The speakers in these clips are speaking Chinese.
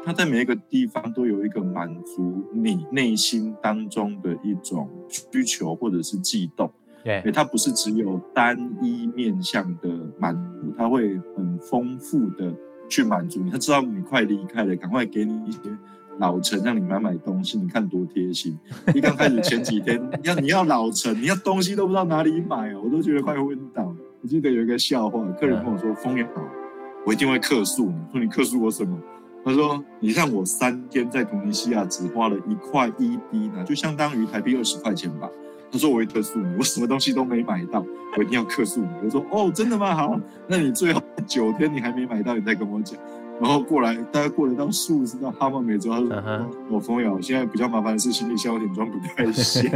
它在每一个地方都有一个满足你内心当中的一种需求或者是悸动。 对， 它不是只有单一面向的满足，它会很丰富的去满足你。他知道你快离开了，赶快给你一些老陈让你买东西，你看多贴心。一刚开始前几天你要老陈，你要东西都不知道哪里买我都觉得快昏倒。我记得有一个笑话，客人跟我说：“丰源好，我一定会客诉你。”说你客诉我什么？他说：“你让我3天在突尼西亚只花了1块1滴呢，就相当于台币20块钱吧。”他说：“我会客诉你，我什么东西都没买到，我一定要客诉你。”我说：“哦，真的吗？好，那你最后9天你还没买到，你再跟我讲。”然后大概过了到数是到哈曼美洲，他说：“我丰源，现在比较麻烦的是行李箱有点装不太下。”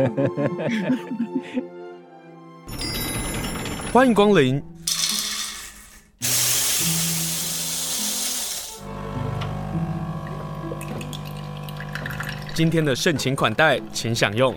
欢迎光临。今天的盛情款待，请享用。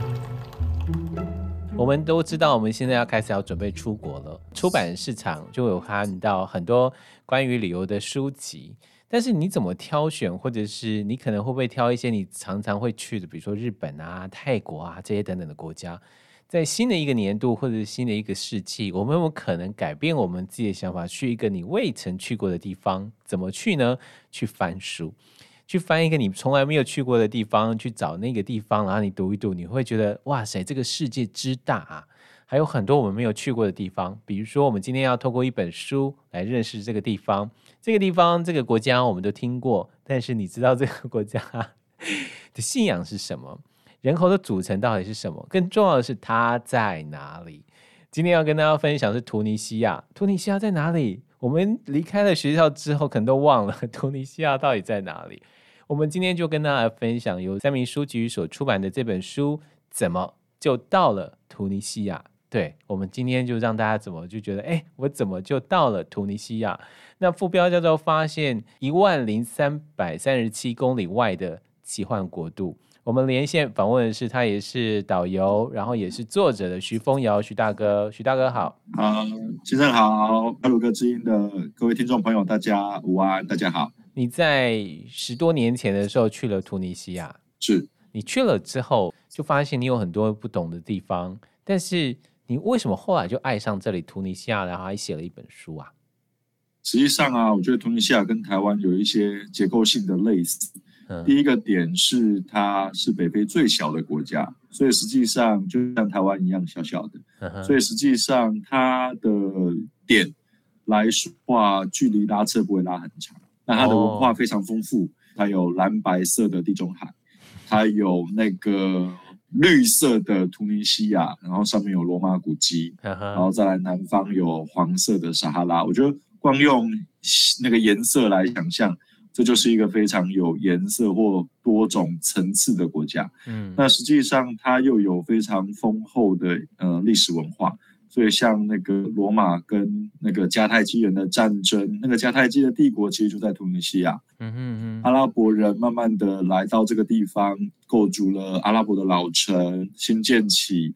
我们都知道，我们现在要准备出国了，出版市场就有看到很多关于旅游的书籍，但是你怎么挑选，或者是你可能会不会挑一些你常常会去的，比如说日本啊、泰国啊这些等等的国家，在新的一个年度或者新的一个世纪，我们有没有可能改变我们自己的想法，去一个你未曾去过的地方？怎么去呢？去翻书，去翻一个你从来没有去过的地方，去找那个地方，然后你读一读，你会觉得哇塞，这个世界之大啊！还有很多我们没有去过的地方，比如说我们今天要透过一本书来认识这个地方，这个国家我们都听过，但是你知道这个国家的信仰是什么？人口的组成到底是什么？更重要的是它在哪里？今天要跟大家分享是突尼西亚。突尼西亚在哪里？我们离开了学校之后可能都忘了突尼西亚到底在哪里。我们今天就跟大家分享由三民书局所出版的这本书，怎么就到了突尼西亚。对，我们今天就让大家怎么就觉得我怎么就到了突尼西亚。那副标叫做发现10337公里外的奇幻国度。我们连线访问的是他也是导游，然后也是作者的徐丰尧，徐大哥。徐大哥好。 先生好，巴鲁克之音的各位听众朋友大家午安，大家好。 你在10多年前的时候去了突尼西亚， 是你去了之后就发现你有很多不懂的地方，但是你为什么后来就爱上这里突尼西亚，然后还写了一本书啊？ 实际上我觉得突尼西亚跟台湾有一些结构性的类似。第一个点是它是北非最小的国家，所以实际上就像台湾一样小小的，所以实际上它的点来说话，距离拉车不会拉很长。那它的文化非常丰富，它有蓝白色的地中海，它有那个绿色的突尼西亚，然后上面有罗马古迹，然后再来南方有黄色的撒哈拉。我觉得光用那个颜色来想象，这就是一个非常有颜色或多种层次的国家。那实际上它又有非常丰厚的历史文化，所以像那个罗马跟那个迦太基人的战争，那个迦太基的帝国其实就在突尼西亚。阿拉伯人慢慢的来到这个地方，构筑了阿拉伯的老城，新建起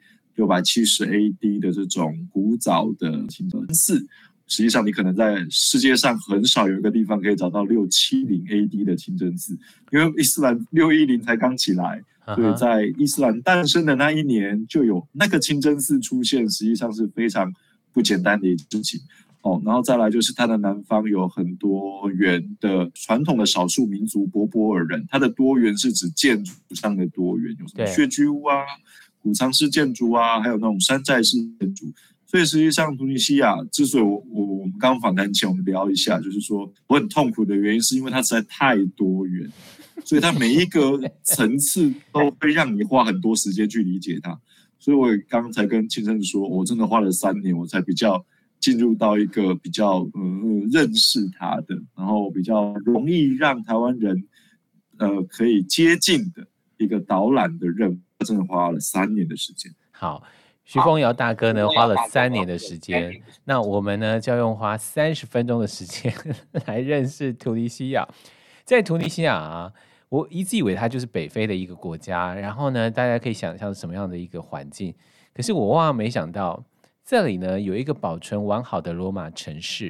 670 AD 的这种古早的清真寺。实际上你可能在世界上很少有一个地方可以找到670 AD 的清真寺，因为伊斯兰610才刚起来，所以在伊斯兰诞生的那一年就有那个清真寺出现，实际上是非常不简单的一件事情。然后再来就是它的南方有很多元的传统的少数民族柏柏尔人，它的多元是指建筑上的多元，有什么穴居屋古藏式建筑还有那种山寨式建筑。所以实际上突尼西亚之所以我们刚刚访谈前我们聊一下，就是说我很痛苦的原因是因为它实在太多元，所以它每一个层次都会让你花很多时间去理解它。所以我刚刚才跟先生说，我真的花了3年我才比较进入到一个比较认识它的，然后比较容易让台湾人可以接近的一个导览的任务，真的花了3年的时间。 好，徐丰尧大哥呢花了3年的时间，那我们呢就要花30分钟的时间来认识突尼西亚。在突尼西亚我一直以为它就是北非的一个国家，然后呢大家可以想象什么样的一个环境，可是我万万没想到这里呢有一个保存完好的罗马城市。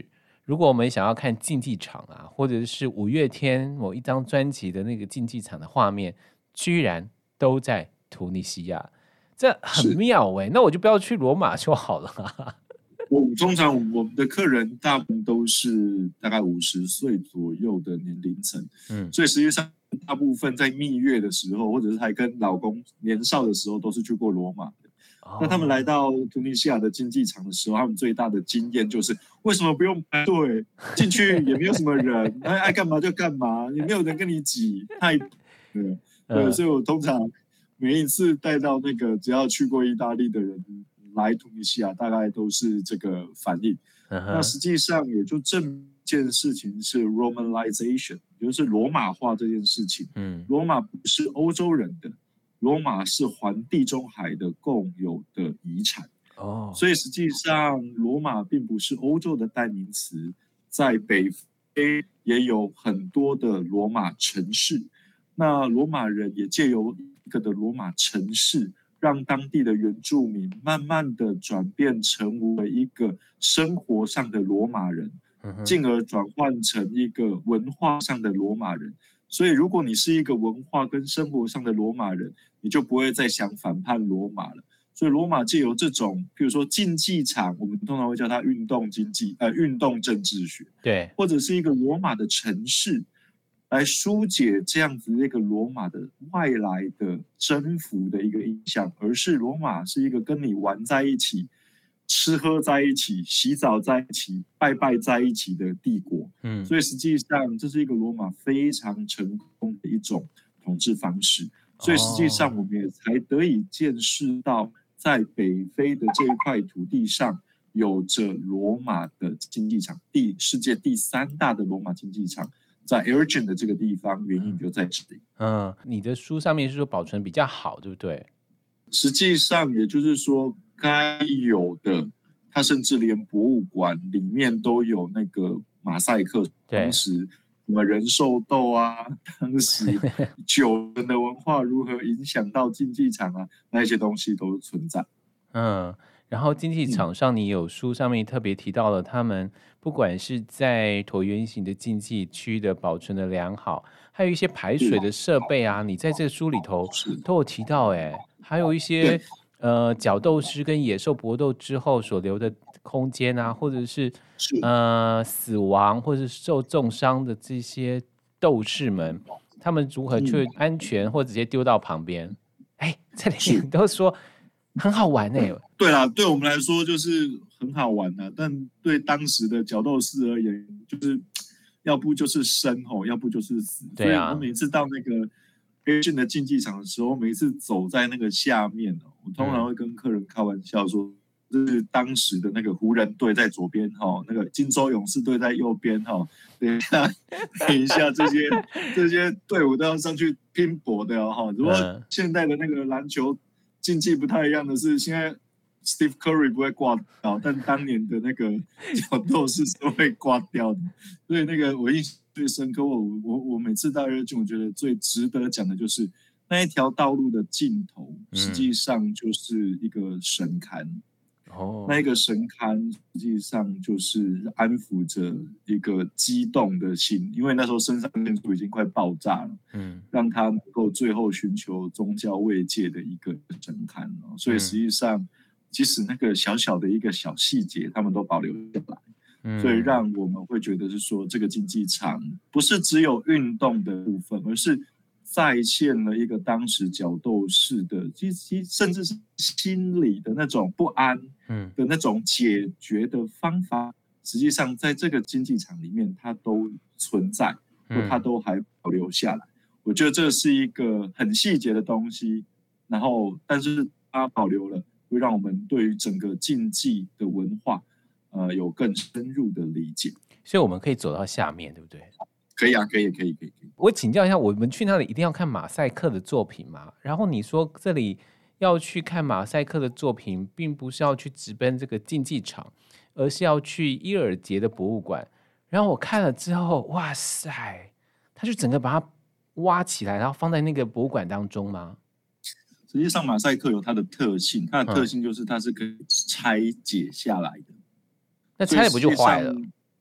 如果我们想要看竞技场啊，或者是五月天某一张专辑的那个竞技场的画面，居然都在突尼西亚，这很妙那我就不要去罗马就好了通常我们的客人大部分都是大概50岁左右的年龄层，所以实际上大部分在蜜月的时候，或者是还跟老公年少的时候，都是去过罗马的。那他们来到突尼西亚的竞技场的时候，他们最大的经验就是为什么不用排队进去，也没有什么人，爱干嘛就干嘛，也没有人跟你挤，太对，所以我通常每一次带到那个只要去过意大利的人来突尼西亚，大概都是这个反应。那实际上也就证明一件事情是 Romanization， 就是罗马化这件事情。罗马不是欧洲人的，罗马是环地中海的共有的遗产。所以实际上罗马并不是欧洲的代名词，在北非也有很多的罗马城市。那罗马人也借由一个的罗马城市，让当地的原住民慢慢的转变成为一个生活上的罗马人，进而转换成一个文化上的罗马人。所以如果你是一个文化跟生活上的罗马人，你就不会再想反叛罗马了。所以罗马借由这种比如说竞技场，我们通常会叫它运动政治学， 对， 或者是一个罗马的城市，来疏解这样子一个罗马的外来的征服的一个印象，而是罗马是一个跟你玩在一起、吃喝在一起、洗澡在一起、拜拜在一起的帝国。所以实际上这是一个罗马非常成功的一种统治方式。所以实际上我们也才得以见识到，在北非的这一块土地上，有着罗马的竞技场，世界第3大的罗马竞技场。在 Elgin 的这个地方，原因就在这里。 你的书上面是说保存比较好，对不对？ 实际上，也就是说，该有的，它甚至连博物馆里面都有那个马赛克，当时什么人兽斗啊，当时酒人的文化如何影响到竞技场啊，那些东西都存在。 然后竞技场上，你有书上面特别提到了他们不管是在椭圆形的竞技区的保存的良好，还有一些排水的设备啊，你在这个书里头都有提到还有一些角斗士跟野兽搏斗之后所留的空间啊，或者是死亡或者是受重伤的这些斗士们，他们如何去安全或直接丢到旁边。这里都说很好玩对啦，对我们来说就是很好玩但对当时的角斗士而言，就是要不就是生要不就是死。 对啊， 所以我每次到那个 Elgin 的竞技场的时候，每次走在那个下面我通常会跟客人开玩笑说，就是当时的那个湖人队在左边那个金州勇士队在右边等一下这些队伍都要上去拼搏的如果现在的那个篮球竞技不太一样的是，现在 Steve Curry 不会挂掉，但当年的那个角斗士是会挂掉的。所以那个我印象最深刻，我每次到Elgin，我觉得最值得讲的就是那一条道路的尽头，实际上就是一个神龛。那一个神龛实际上就是安抚着一个激动的心，因为那时候肾上腺素已经快爆炸了，让他能够最后寻求宗教慰藉的一个神龛所以实际上即使那个小小的一个小细节他们都保留下来，所以让我们会觉得是说，这个竞技场不是只有运动的部分，而是再现了一个当时角斗士的甚至是心理的那种不安的那种解决的方法，实际上在这个竞技场里面它都存在，或它都还保留下来。我觉得这是一个很细节的东西，然后但是它保留了，会让我们对于整个竞技的文化有更深入的理解。 所以我们可以走到下面，对不对？ 可以啊，可以。 我请教一下，我们去那里一定要看马赛克的作品吗？然后你说这里要去看马赛克的作品，并不是要去直奔这个竞技场，而是要去伊尔杰的博物馆。然后我看了之后，哇塞，他就整个把它挖起来，然后放在那个博物馆当中吗？ 实际上马赛克有它的特性，它的特性就是它是可以拆解下来的。 那拆了不就坏了？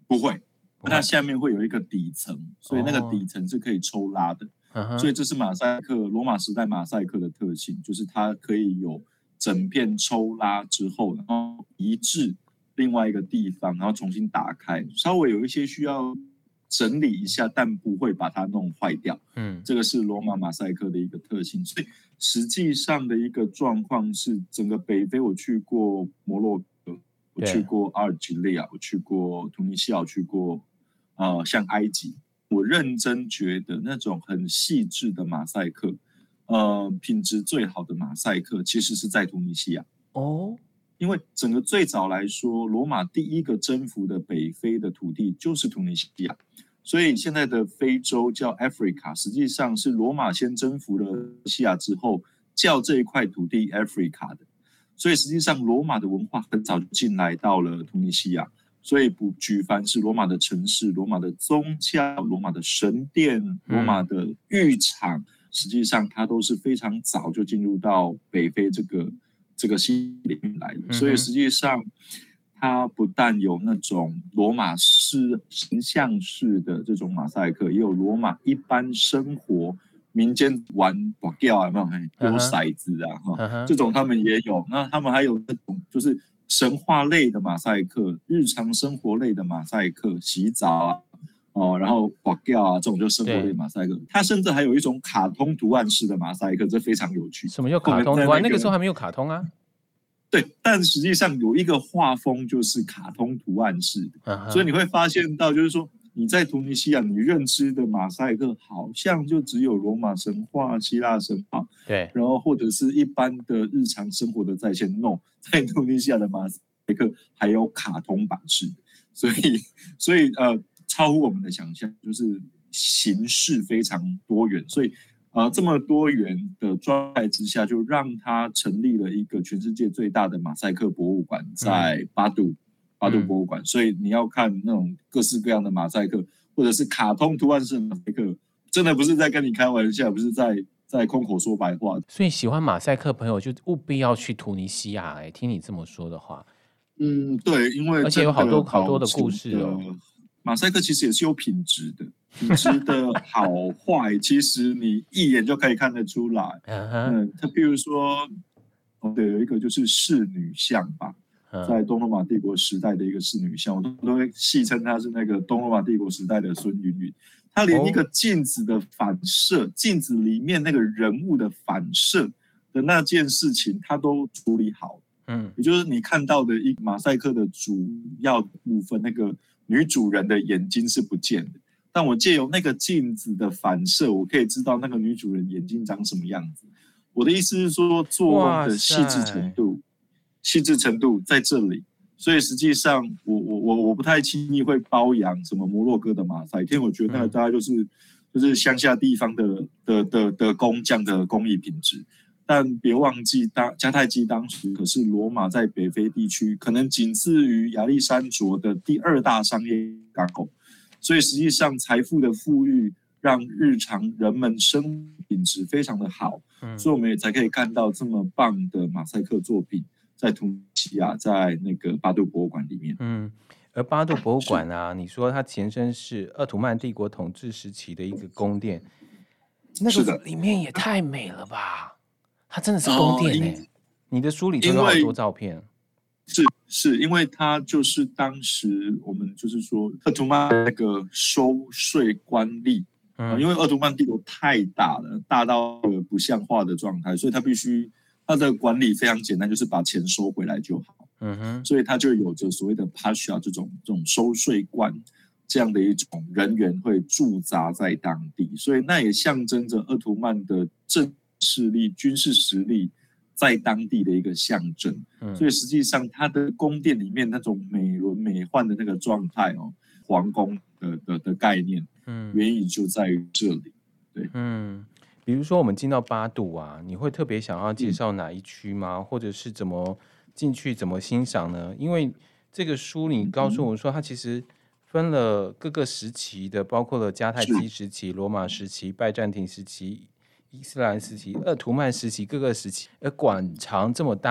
不会，它下面会有一个底层，所以那个底层是可以抽拉的。所以这是马赛克，罗马时代马赛克的特性，就是它可以有整片抽拉之后，然后移至另外一个地方，然后重新打开，稍微有一些需要整理一下，但不会把它弄坏掉。这个是罗马马赛克的一个特性。所以实际上的一个状况是，整个北非我去过摩洛哥，我去过阿尔及利亚，我去过突尼西亚，我去过像埃及。我认真觉得那种很细致的马赛克，品质最好的马赛克其实是在突尼西亚。因为整个最早来说，罗马第一个征服的北非的土地就是突尼西亚，所以现在的非洲叫 Africa， 实际上是罗马先征服了突尼西亚之后，叫这一块土地 Africa 的。所以实际上罗马的文化很早就进来到了突尼西亚。所以不举凡是罗马的城市、罗马的宗教、罗马的神殿、罗马的浴场，实际上它都是非常早就进入到北非这个系里面来的。所以实际上它不但有那种罗马式形象式的这种马赛克，也有罗马一般生活民间玩拔掉有没有丢骰子啊，这种他们也有。那他们还有那种就是神话类的马赛克，日常生活类的马赛克，洗澡然后拔掉啊，这种就生活类马赛克。它甚至还有一种卡通图案式的马赛克，这非常有趣。 什么叫卡通图案？那个时候还没有卡通啊。 对，但实际上有一个画风就是卡通图案式的，所以你会发现到，就是说你在突尼西亚，你认知的马赛克好像就只有罗马神话、希腊神话， 对， 然后或者是一般的日常生活的再现。No， 在突尼西亚的马赛克还有卡通版式，所以超乎我们的想象，就是形式非常多元，所以这么多元的状态之下，就让它成立了一个全世界最大的马赛克博物馆，在巴杜博物馆。所以你要看那种各式各样的马赛克，或者是卡通图案式的马赛克，真的不是在跟你开玩笑，不是在空口说白话。 所以喜欢马赛克朋友就务必要去突尼西亚。听你这么说的话， 对，因为而且有好多的故事哦。 马赛克其实也是有品质的，品质的好坏，其实你一眼就可以看得出来。它比如说，对，有一个就是侍女像吧，在东罗马帝国时代的一个侍女像，我都会戏称它是那个东罗马帝国时代的孙云云。它连一个镜子的反射，镜子里面那个人物的反射的那件事情，它都处理好。也就是你看到的一马赛克的主要部分，那个女主人的眼睛是不见的，但我借由那个镜子的反射，我可以知道那个女主人眼睛长什么样子。我的意思是说，做工的细致程度在这里。所以实际上我不太轻易会包养什么摩洛哥的马赛克，因为我觉得那个大概就是乡下地方的工匠的工艺品质。但别忘记，迦太基当时可是罗马在北非地区可能仅次于亚历山卓的第2大商业港口，所以实际上财富的富裕让日常人们生活品质非常的好，所以我们也才可以看到这么棒的马赛克作品在突尼西亚，在那个巴杜博物馆里面。 而巴杜博物馆啊，你说它前身是鄂图曼帝国统治时期的一个宫殿，那个里面也太美了吧！它真的是宫殿你的书里都有好多照片。 是因为它就是当时我们就是说鄂图曼那个收税官吏，因为鄂图曼帝国太大了，大到不像话的状态，所以它的管理非常简单，就是把钱收回来就好。所以它就有着所谓的 Pasha 这种收税官这样的一种人员会驻扎在当地，所以那也象征着鄂图曼的政势力、军事实力在当地的一个象征。所以实际上它的宫殿里面那种美轮美奂的那个状态皇宫的概念，原因就在于这里。对， 比如说我们进到巴杜啊，你会特别想要介绍哪一区吗？或者是怎么进去、怎么欣赏呢？因为这个书你告诉我说，它其实分了各个时期的，包括了迦太基时期、罗马时期、拜占庭时期、伊斯兰时期、鄂图曼时期各个时期，而馆藏这么大，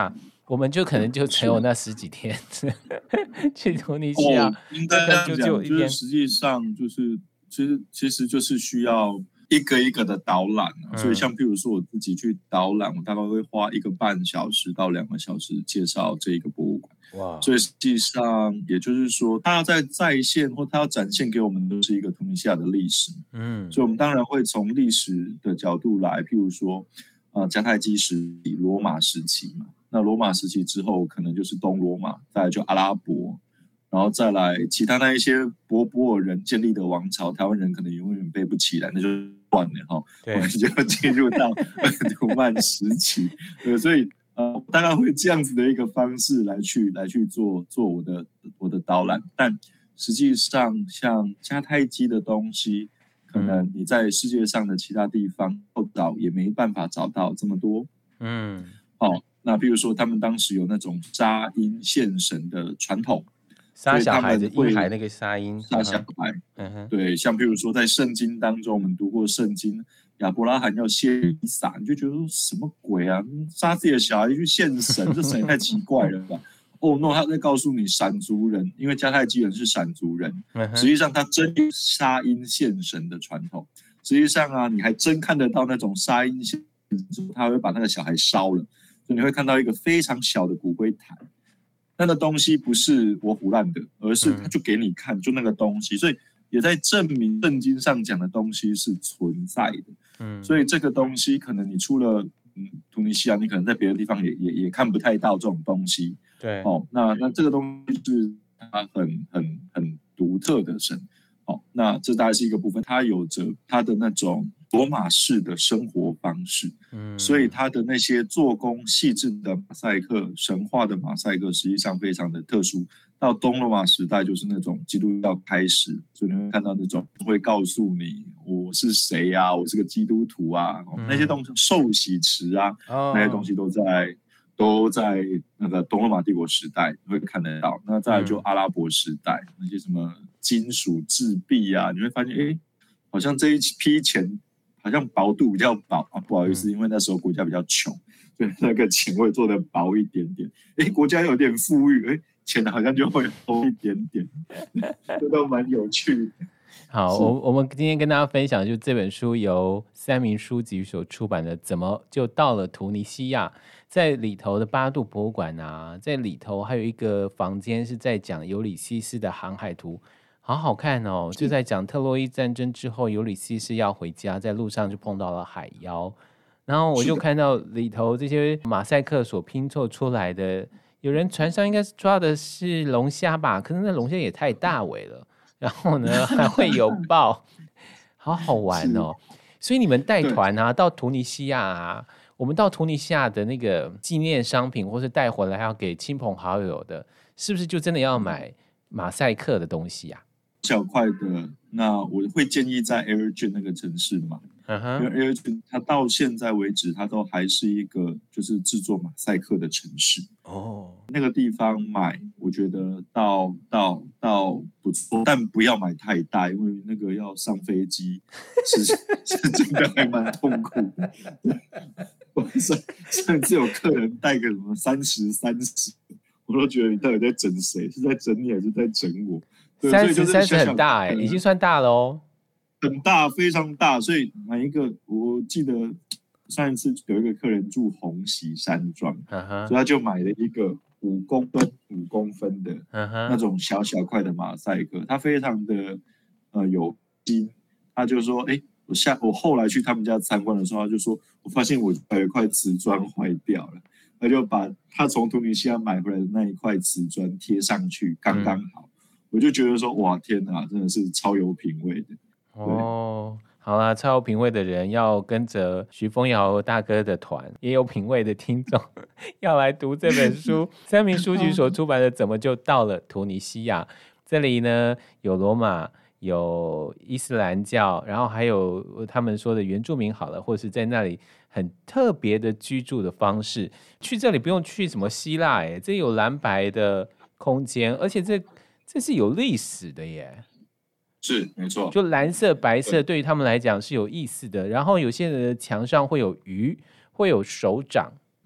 我们就可能就只有那10几天去突尼西亚， 应该这样讲，就是实际上就是其实就是需要一个一个的导览所以像譬如说我自己去导览，我大概会花1个半小时到2个小时介绍这一个博物馆。哇！所以实际上也就是说，它要在线或它要展现给我们的是一个突尼西亚的历史。所以我们当然会从历史的角度来，譬如说迦太基时期、罗马时期嘛。那罗马时期之后，可能就是东罗马，再来就阿拉伯。然后再来其他那一些波尔人建立的王朝，台湾人可能永远背不起来，那就算了哈。我们就进入到土曼时期，所以大概会这样子的一个方式来去做我的导览。但实际上，像迦太基的东西，可能你在世界上的其他地方找也没办法找到这么多。那比如说他们当时有那种杀婴献神的传统。 杀小孩的婴孩，那个杀婴杀小孩，对，像比如说在圣经当中，我们读过圣经，亚伯拉罕要献以撒，你就觉得说什么鬼啊？杀自己的小孩去献神，这神也太奇怪了吧？no， 他在告诉你闪族人，因为迦太基人是闪族人，实际上他真有杀婴献神的传统。实际上你还真看得到那种杀婴献神，他会把那个小孩烧了，所以你会看到一个非常小的骨灰坛。那个东西不是我唬烂的，而是他就给你看，就那个东西，所以也在证明圣经上讲的东西是存在的。所以这个东西可能你除了突尼西亚，你可能在别的地方也看不太到这种东西。 对， 那这个东西是它很独特的神。那这大概是一个部分，它有着它的那种罗马式的生活方式，所以它的那些做工细致的马赛克、神话的马赛克，实际上非常的特殊。到东罗马时代，就是那种基督教开始，所以你会看到那种会告诉你我是谁啊，我是个基督徒啊，那些东西受洗池啊，那些东西都在那个东罗马帝国时代会看得到。那再来就阿拉伯时代，那些什么金属制币啊，你会发现好像这一批钱好像薄度比较薄不好意思，因为那时候国家比较穷，所以那个钱会做得薄一点点。国家有点富裕，钱好像就会厚一点点，这都蛮有趣的。 好，我们今天跟大家分享，就这本书由三民书局所出版的《怎么就到了突尼西亚》。在里头的8度博物馆在里头还有一个房间是在讲尤里西斯的航海图，好好看哦。就在讲特洛伊战争之后，尤里西斯要回家，在路上就碰到了海妖，然后我就看到里头这些马赛克所拼凑出来的，有人船上应该是抓的是龙虾吧，可是那龙虾也太大尾了，然后呢还会有豹，好好玩哦。所以你们带团到突尼西亚我们到突尼西亚的那个纪念商品或是带回来要给亲朋好友的，是不是就真的要买马赛克的东西小块的，那我会建议在 Airgen 那个城市嘛，因为 Airgen 它到现在为止，它都还是一个就是制作马赛克的城市。那个地方买，我觉得到不错，但不要买太大，因为那个要上飞机，是真的还蛮痛苦的。上次有客人带个什么30，我都觉得你到底在整谁？是在整你还是在整我 ？30很大已经算大了哦， 很大，非常大。所以买一个，我记得上一次有一个客人住红旗山庄，所以他就买了一个5公分的那种小块的马赛克，他非常的有心，他就说，我后来去他们家参观的时候，他就说，我发现我有一块瓷砖坏掉了，他就把他从突尼西亚买回来的那一块瓷砖贴上去，刚刚好。我就觉得说，哇，天哪，真的是超有品味的。 好啦，超有品味的人要跟着徐峰尧大哥的团，也有品味的听众要来读这本书。三民书局所出版的《怎么就到了突尼西亚》，这里呢有罗马，有伊斯兰教，然后还有他们说的原住民好了，或者是在那里很特别的居住的方式。去这里不用去什么希腊这有蓝白的空间，而且这是有历史的耶。 是没错， 就蓝色白色对于他们来讲是有意思的，然后有些人的墙上会有鱼，会有手掌，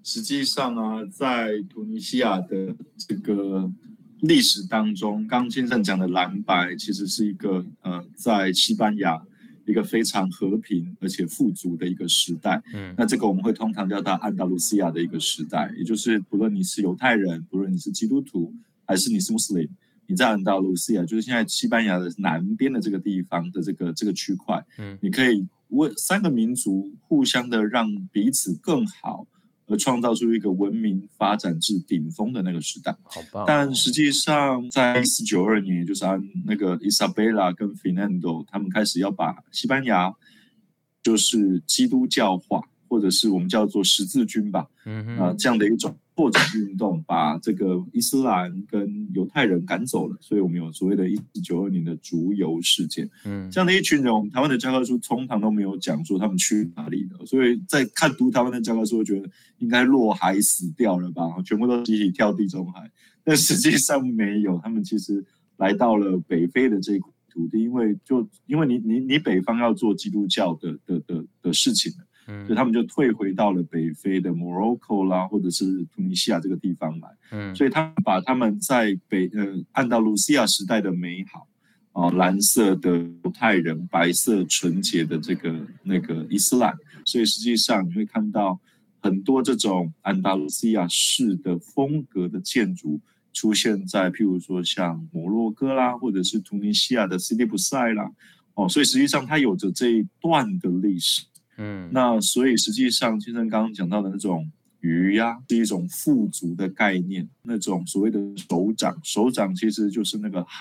实际上啊，在突尼西亚的这个历史当中，刚先生讲的蓝白其实是一个在西班牙一个非常和平而且富足的一个时代。那这个我们会通常叫它安达卢西亚的一个时代，也就是不论你是犹太人，不论你是基督徒，还是你是穆斯林，你在安达卢西亚，就是现在西班牙的南边的这个地方的这个区块，你可以三个民族互相的让彼此更好，而创造出一个文明发展至顶峰的那个时代。 好棒！ 但实际上，在1492年，也就是那个伊莎贝拉跟 Fernando 他们开始要把西班牙就是基督教化，或者是我们叫做十字军吧，这样的一种拓展运动，把这个伊斯兰跟犹太人赶走了，所以我们有所谓的1492年的逐犹事件。这样的一群人，我们台湾的教科书通常都没有讲说他们去哪里了，所以在读台湾的教科书，我觉得应该落海死掉了吧，全部都集体跳地中海。但实际上没有，他们其实来到了北非的这一块土地，因为你北方要做基督教的事情了。所以他们就退回到了北非的 Morocco 啦，或者是突尼西亚这个地方来。所以他们把他们在安达卢西亚时代的美好，蓝色的犹太人，白色纯洁的那个伊斯兰，所以实际上你会看到很多这种安达卢西亚式的风格的建筑出现在譬如说像摩洛哥啦，或者是突尼西亚的西里卜塞啦。所以实际上它有着这一段的历史。那所以实际上先生刚刚讲到的那种鱼呀，是一种富足的概念，那种所谓的首长其实就是那个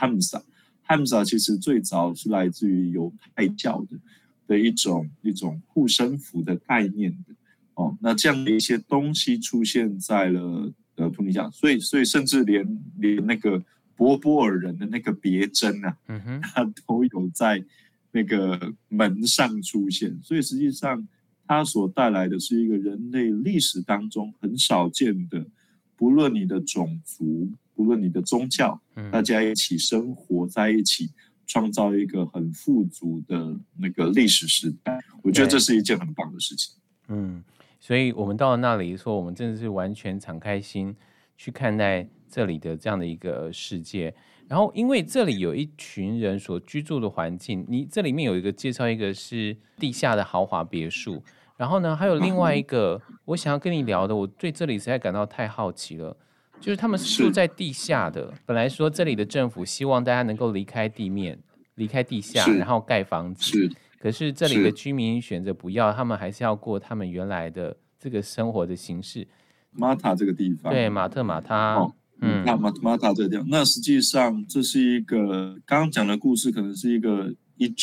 Hamza 其实最早是来自于犹太教的一种护身符的概念的。那这样的一些东西出现在了突尼西亚，所以甚至连那个柏柏尔人的那个别针啊，它都有在那个门上出现，所以实际上它所带来的是一个人类历史当中很少见的，不论你的种族，不论你的宗教，大家一起生活在一起，创造一个很富足的那个历史时代。我觉得这是一件很棒的事情。 所以我们到了那里说，我们真的是完全敞开心去看待这里的这样的一个世界。然后因为这里有一群人所居住的环境，你这里面有一个介绍，一个是地下的豪华别墅，然后呢还有另外一个我想要跟你聊的，我对这里实在感到太好奇了，就是他们是住在地下的。本来说这里的政府希望大家能够离开地面，离开地下，然后盖房子，可是这里的居民选择不要，他们还是要过他们原来的这个生活的形式。 马塔这个地方，对， 马特马他。 马塔这个地方，那实际上这是一个刚刚讲的故事，可能是一个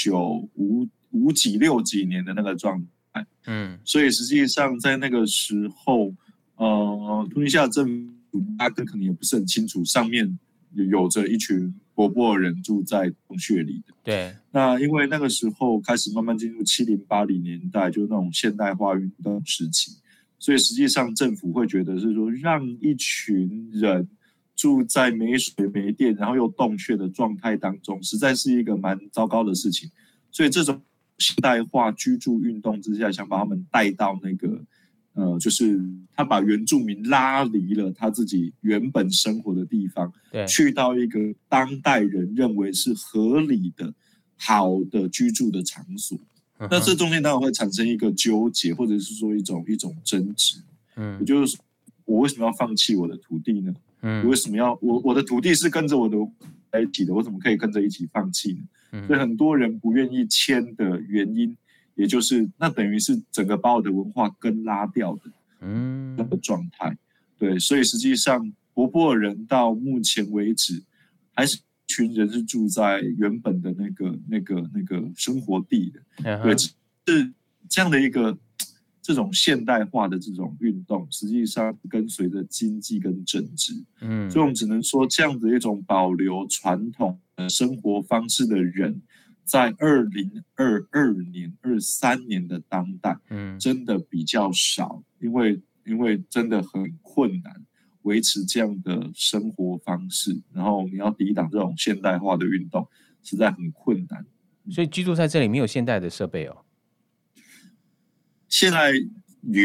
1955几6几年的那个状态。所以实际上在那个时候，突尼西亚政府大家可能也不是很清楚，上面有着一群柏柏尔人住在洞穴里的。 对。 那因为那个时候开始慢慢进入70、80年代，就是那种现代化运动时期，所以实际上政府会觉得是说，让一群人住在没水没电，然后又洞穴的状态当中，实在是一个蛮糟糕的事情。所以这种现代化居住运动之下，想把他们带到那个就是他把原住民拉离了他自己原本生活的地方，去到一个当代人认为是合理的好的居住的场所。那这中间当然会产生一个纠结，或者是说一种争执。也就是说，我为什么要放弃我的土地呢？我为什么要我的土地是跟着我的在一起的，我怎么可以跟着一起放弃呢？所以很多人不愿意迁的原因，也就是那等于是整个把我的文化根拉掉的那个状态。对，所以实际上柏柏尔人到目前为止还是群人是住在原本的那个生活地的。对，是这样的一个这种现代化的这种运动，实际上跟随着经济跟政治。所以我们只能说，这样的一种保留传统的生活方式的人，在2022年、23年的当代，真的比较少，因为真的很困难维持这样的生活方式，然后你要抵挡这种现代化的运动，实在很困难。 所以居住在这里没有现代的设备哦。 现在有，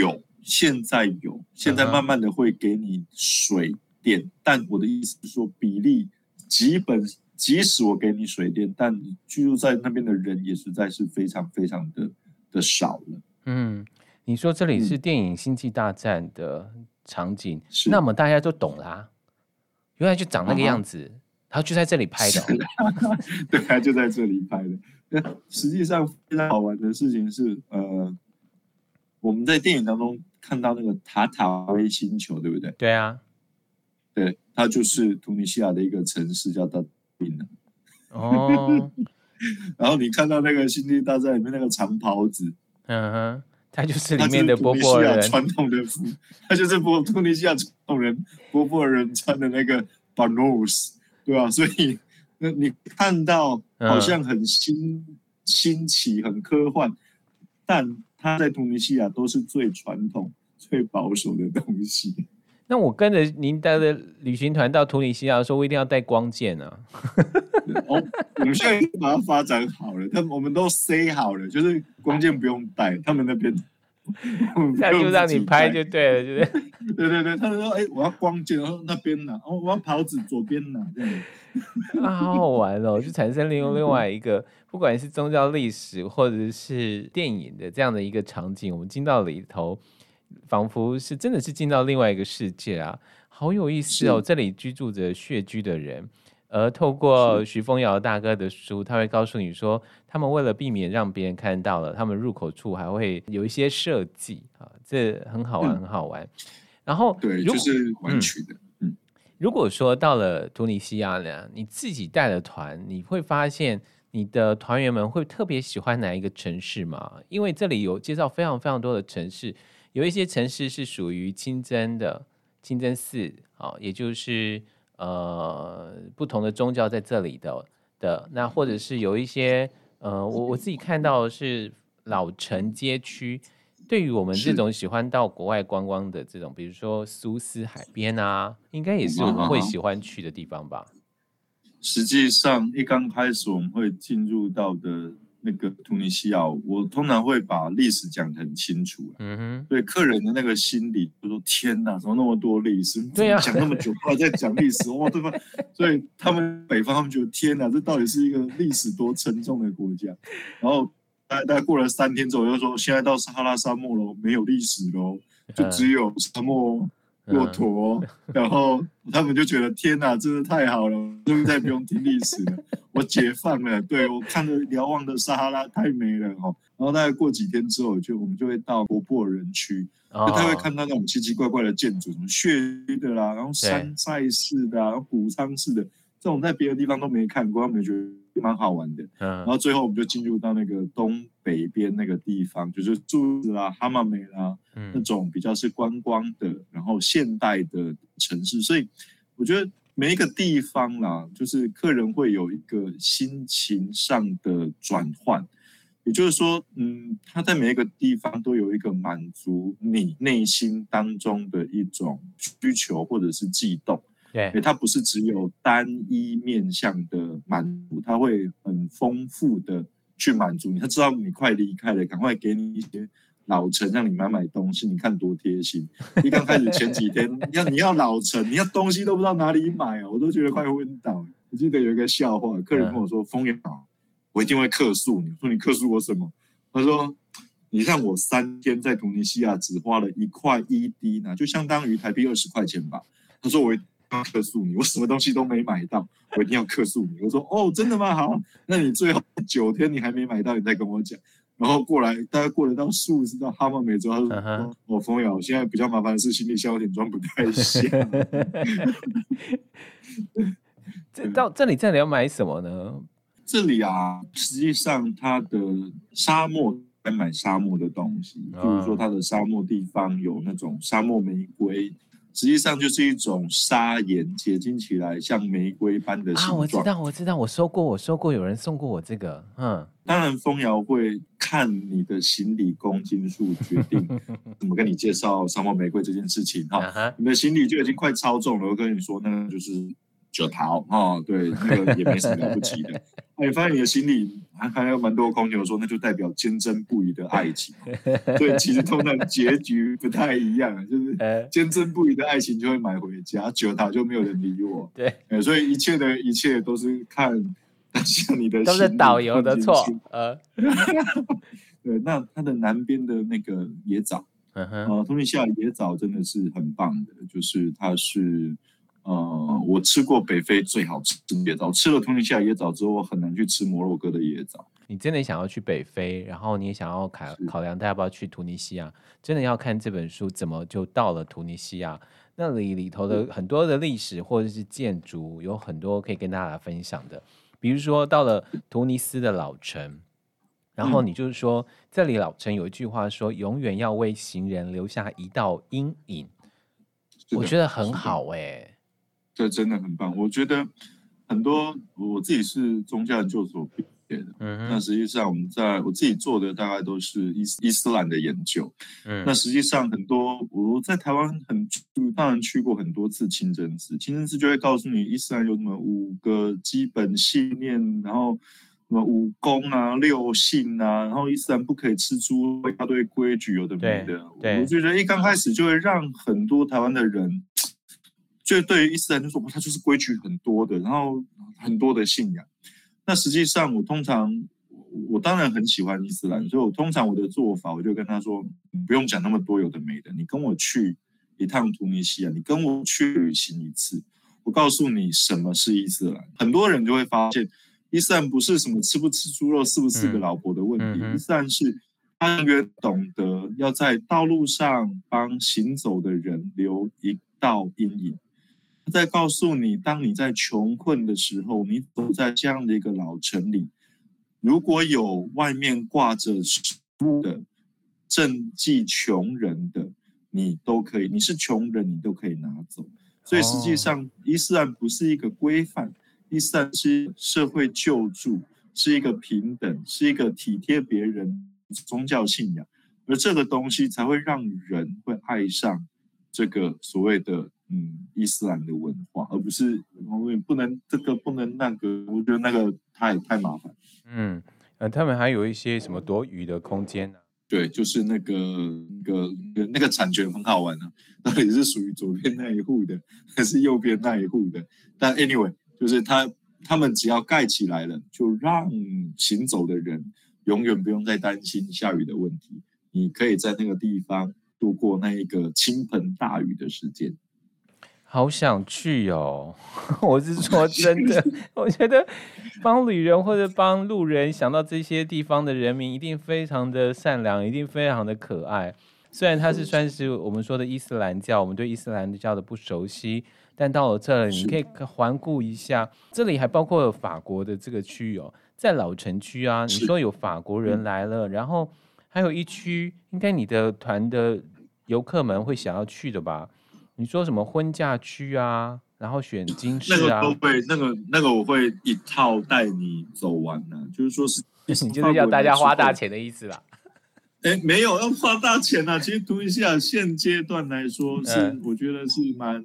现在有，现在慢慢的会给你水电，但我的意思是说比例即使我给你水电，但你居住在那边的人也实在是非常非常的少了。 你说这里是电影《星际大战》的场景， 是那么大家都懂啦，原来就长那个样子，然后就在这里拍的。 对啊，就在这里拍的。实际上非常好玩的事情是，我们在电影当中看到那个塔塔威星球，对不对？ 对啊， 对，它就是突尼西亚的一个城市，叫达宾。然后你看到那个《星际大战》里面那个长袍子， 他就是里面的波波尔人传统的服，他就是突尼西亚传统人波波尔人穿的那个 Banous， 对吧？所以你看到好像很新奇、很科幻，但它在突尼西亚都是最传统、最保守的东西。 那我跟着您带的旅行团到突尼西亚的时候，我一定要带光剑啊！ 我们现在把它发展好了，我们都 say 好了，就是光剑不用带，他们那边那就让你拍就对了，对不对？对对，他们说：“我要光剑，然后那边拿，我要袍子左边拿，这样好好玩哦！就产生另外一个，不管是宗教历史或者是电影的这样的一个场景，我们进到里头。仿佛是真的是进到另外一个世界啊，好有意思哦！这里居住着穴居的人，而透过徐峰尧大哥的书，他会告诉你说，他们为了避免让别人看到了，他们入口处还会有一些设计啊，这很好玩，很好玩。然后对，就是玩曲的。 如果说到了突尼西亚呢，你自己带了团，你会发现你的团员们会特别喜欢哪一个城市吗？因为这里有介绍非常非常多的城市。有一些城市是属于清真的，清真寺，也就是不同的宗教在这里的那或者是有一些我自己看到的是老城街区，对于我们这种喜欢到国外观光的这种，比如说苏斯海边啊，应该也是我们会喜欢去的地方吧。 实际上一刚开始我们会进入到的那个突尼西亚，我通常会把历史讲得很清楚，对客人的那个心理就说天哪，怎么那么多历史？对啊，讲那么久还在讲历史，哇，对吧？所以他们北方他们觉得天哪，这到底是一个历史多沉重的国家。然后大概过了3天之后，就说现在到撒哈拉沙漠了，没有历史了，就只有沙漠。骆驼，然后他们就觉得天哪，真的太好了，终于再不用听历史了，我解放了。对，我看着瞭望的撒哈拉太美了哈。然后大概过几天之后，我们就会到波波尔人区，就他会看到那种奇奇怪怪的建筑，什么穴居的啦，然后山寨式的，然后谷仓式的，这种在别的地方都没看过，他们觉得蛮好玩的。然后最后我们就进入到那个东北边那个地方，就是柱子啦、哈马梅啦，那种比较是观光的，然后现代的城市。所以我觉得每一个地方啦，就是客人会有一个心情上的转换，也就是说，他在每一个地方都有一个满足你内心当中的一种需求或者是悸动。对，它不是只有单一面向的满足，它会很丰富的去满足你。他知道你快离开了，赶快给你一些老城，让你买东西。你看多贴心！一刚开始前几天，你要老城，你要东西都不知道哪里买啊，我都觉得快昏倒。我记得有一个笑话，客人跟我说：“峰尧，我一定会客诉你。”我说：“你客诉我什么？”他说：“你看我3天在突尼西亚只花了1块1滴呢，就相当于台币20块钱吧。”他说：“我要客诉你，我什么东西都没买到，我一定要客诉你。”我说：“哦，真的吗？好，那你最后9天你还没买到，你再跟我讲。”然后大概过了到数是到哈马美洲，他说：“哦，峰尧，现在比较麻烦的是行李箱有点装不太下。” 到这里要买什么呢？ 这里啊，实际上它的沙漠该买沙漠的东西，比如说它的沙漠地方有那种沙漠玫瑰。实际上就是一种砂岩结晶起来像玫瑰般的形状。 我知道，我收过，有人送过我这个。 当然峰尧会看你的行李公斤数决定怎么跟你介绍沙漠玫瑰这件事情哈。你的行李就已经快超重了，我跟你说那个就是9桃对，那个也没什么了不起的。 你发现你的心里还有蛮多空牛说，那就代表坚贞不渝的爱情。所以其实通常结局不太一样，就是坚贞不渝的爱情就会买回家，久了就没有人理我。 对， 所以一切都是看像你的都是导游的错。 对，那它的南边的那个野枣，突尼西亚野枣真的是很棒的，就是它是我吃过北非最好吃的野枣，吃了突尼西亚野枣之后，我很难去吃摩洛哥的野枣。 你真的想要去北非，然后你也想要考量大家要不要去突尼西亚，真的要看这本书怎么就到了突尼西亚。那里头的很多的历史或者是建筑，有很多可以跟大家分享的。比如说到了突尼斯的老城，然后你就是说，这里老城有一句话说，永远要为行人留下一道阴影，我觉得很好这真的很棒。我觉得很多我自己是宗教研究所毕业的，那实际上我自己做的大概都是伊斯兰的研究。那实际上很多我在台湾当然去过很多次清真寺，清真寺就会告诉你伊斯兰有什么5个基本信念，然后什么5功啊、6信啊，然后伊斯兰不可以吃猪，一大堆规矩有的没的。我觉得刚开始就会让很多台湾的人，就对于伊斯兰就说他就是规矩很多的，然后很多的信仰。那实际上我当然很喜欢伊斯兰，所以我通常我的做法，我就跟他说，不用讲那么多有的没的，你跟我去一趟突尼西亚，你跟我去旅行一次，我告诉你什么是伊斯兰。很多人就会发现，伊斯兰不是什么吃不吃猪肉、是不是个老婆的问题，伊斯兰是他永远懂得要在道路上帮行走的人留一道阴影。他在告诉你，当你在穷困的时候，你走在这样的一个老城里，如果有外面挂着食物的、赈济穷人的，你都可以，你是穷人，你都可以拿走。所以实际上，伊斯兰不是一个规范，伊斯兰是社会救助，是一个平等，是一个体贴别人宗教信仰，而这个东西才会让人会爱上这个所谓的伊斯兰的文化，而不是不能这个不能那个，我觉得那个太麻烦。 他们还有一些什么躲雨的空间呢？ 对，就是那个产权很好玩啊，到底是属于左边那一户的，还是右边那一户的？但 anyway， 就是他们只要盖起来了，就让行走的人永远不用再担心下雨的问题，你可以在那个地方度过那一个倾盆大雨的时间。 好想去哦！我是说真的，我觉得帮旅人或者帮路人想到这些地方的人民，一定非常的善良，一定非常的可爱。虽然它是算是我们说的伊斯兰教，我们对伊斯兰教的不熟悉，但到了这里，你可以环顾一下，这里还包括了法国的这个区域哦，在老城区啊，你说有法国人来了，然后还有一区，应该你的团的游客们会想要去的吧？你说什么婚嫁区啊，然后选金饰啊， 那个我会一套带你走完呢，就是说是你就是要大家花大钱的意思啦。 没有要花大钱啊，其实突尼西亚现阶段来说是，我觉得是蛮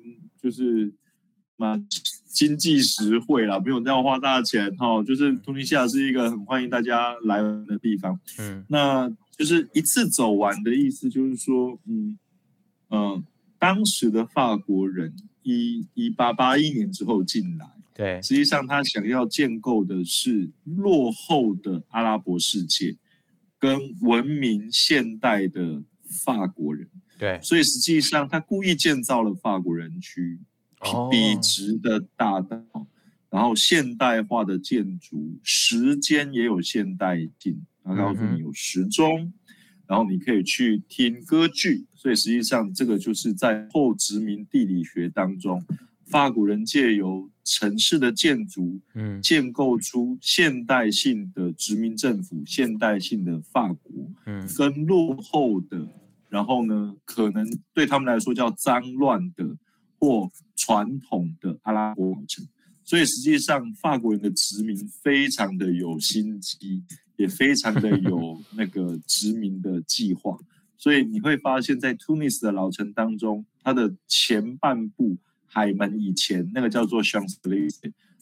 经济实惠啦，没有要花大钱哈。就是突尼西亚是一个很欢迎大家来的地方，那就是一次走完的意思，就是说，当时的法国人1881年之后进来， 对， 实际上他想要建构的是落后的阿拉伯世界跟文明现代的法国人， 对， 所以实际上他故意建造了法国人区，笔直的大道，然后现代化的建筑，时间也有现代性，他告诉你有时钟。然后你可以去听歌剧，所以实际上这个就是在后殖民地理学当中，法国人借由城市的建筑，建构出现代性的殖民政府，现代性的法国，跟落后的，然后呢，可能对他们来说叫脏乱的或传统的阿拉伯城。所以实际上，法国人的殖民非常的有心机，也非常的有那个殖民的计划。所以你会发现在突尼斯的老城当中，它的前半部海门以前那个叫做 Champs-Élysées，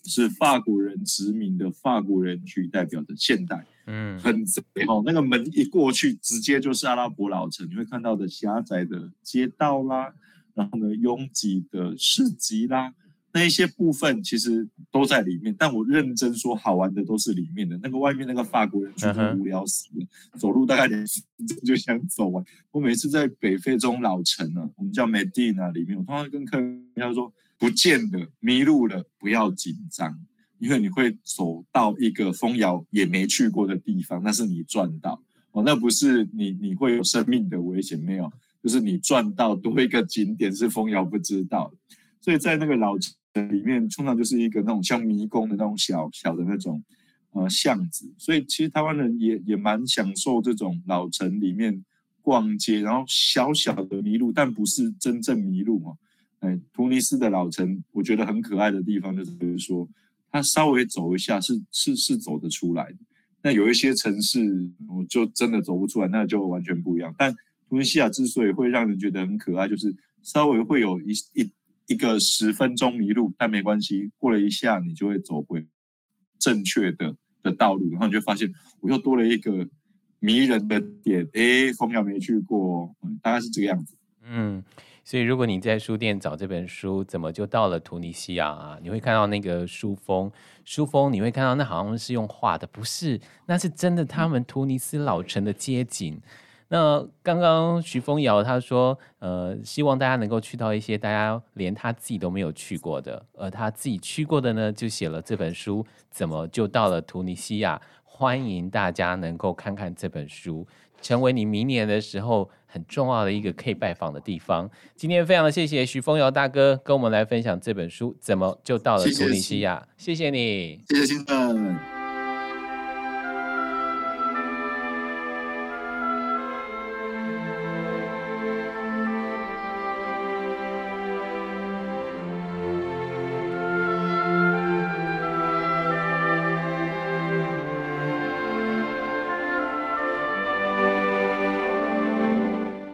是法国人殖民的法国人去代表的现代，很贼哦。那个门一过去，直接就是阿拉伯老城，你会看到的狭窄的街道啦，然后呢拥挤的市集啦，那一些部分其实都在里面。但我认真说，好玩的都是里面的。那个外面那个法国人去就无聊死了，走路大概2分钟就想走完。我每次在北非这种老城啊，我们叫 Medina 里面，我通常跟客人说，不见了、迷路了，不要紧张，因为你会走到一个风瑶也没去过的地方，那是你赚到哦，那不是你会有生命的危险，没有，就是你赚到多一个景点是风瑶不知道的。所以在那个老城里面，通常就是一个那种像迷宫的那种小的那种巷子，所以其实台湾人也蛮享受这种老城里面逛街，然后小小的迷路，但不是真正迷路哦。突尼斯的老城，我觉得很可爱的地方就是说，它稍微走一下是走得出来的。那有一些城市我就真的走不出来，那就完全不一样。但突尼西亚之所以会让人觉得很可爱，就是稍微会有一个10分钟迷路，但没关系，过了一下你就会走回正确的道路，然后你就发现我又多了一个迷人的点，风瑶没去过，大概是这个样子。 所以如果你在书店找这本书，怎么就到了突尼西亚啊？你会看到那个书封你会看到那好像是用画的，不是，那是真的他们突尼斯老城的街景。那刚刚徐峰瑶他说，希望大家能够去到一些大家连他自己都没有去过的，而他自己去过的呢，就写了这本书，怎么就到了突尼西亚？欢迎大家能够看看这本书，成为你明年的时候很重要的一个可以拜访的地方。今天非常谢谢徐峰瑶大哥跟我们来分享这本书，怎么就到了突尼西亚？谢谢你， 谢谢先生。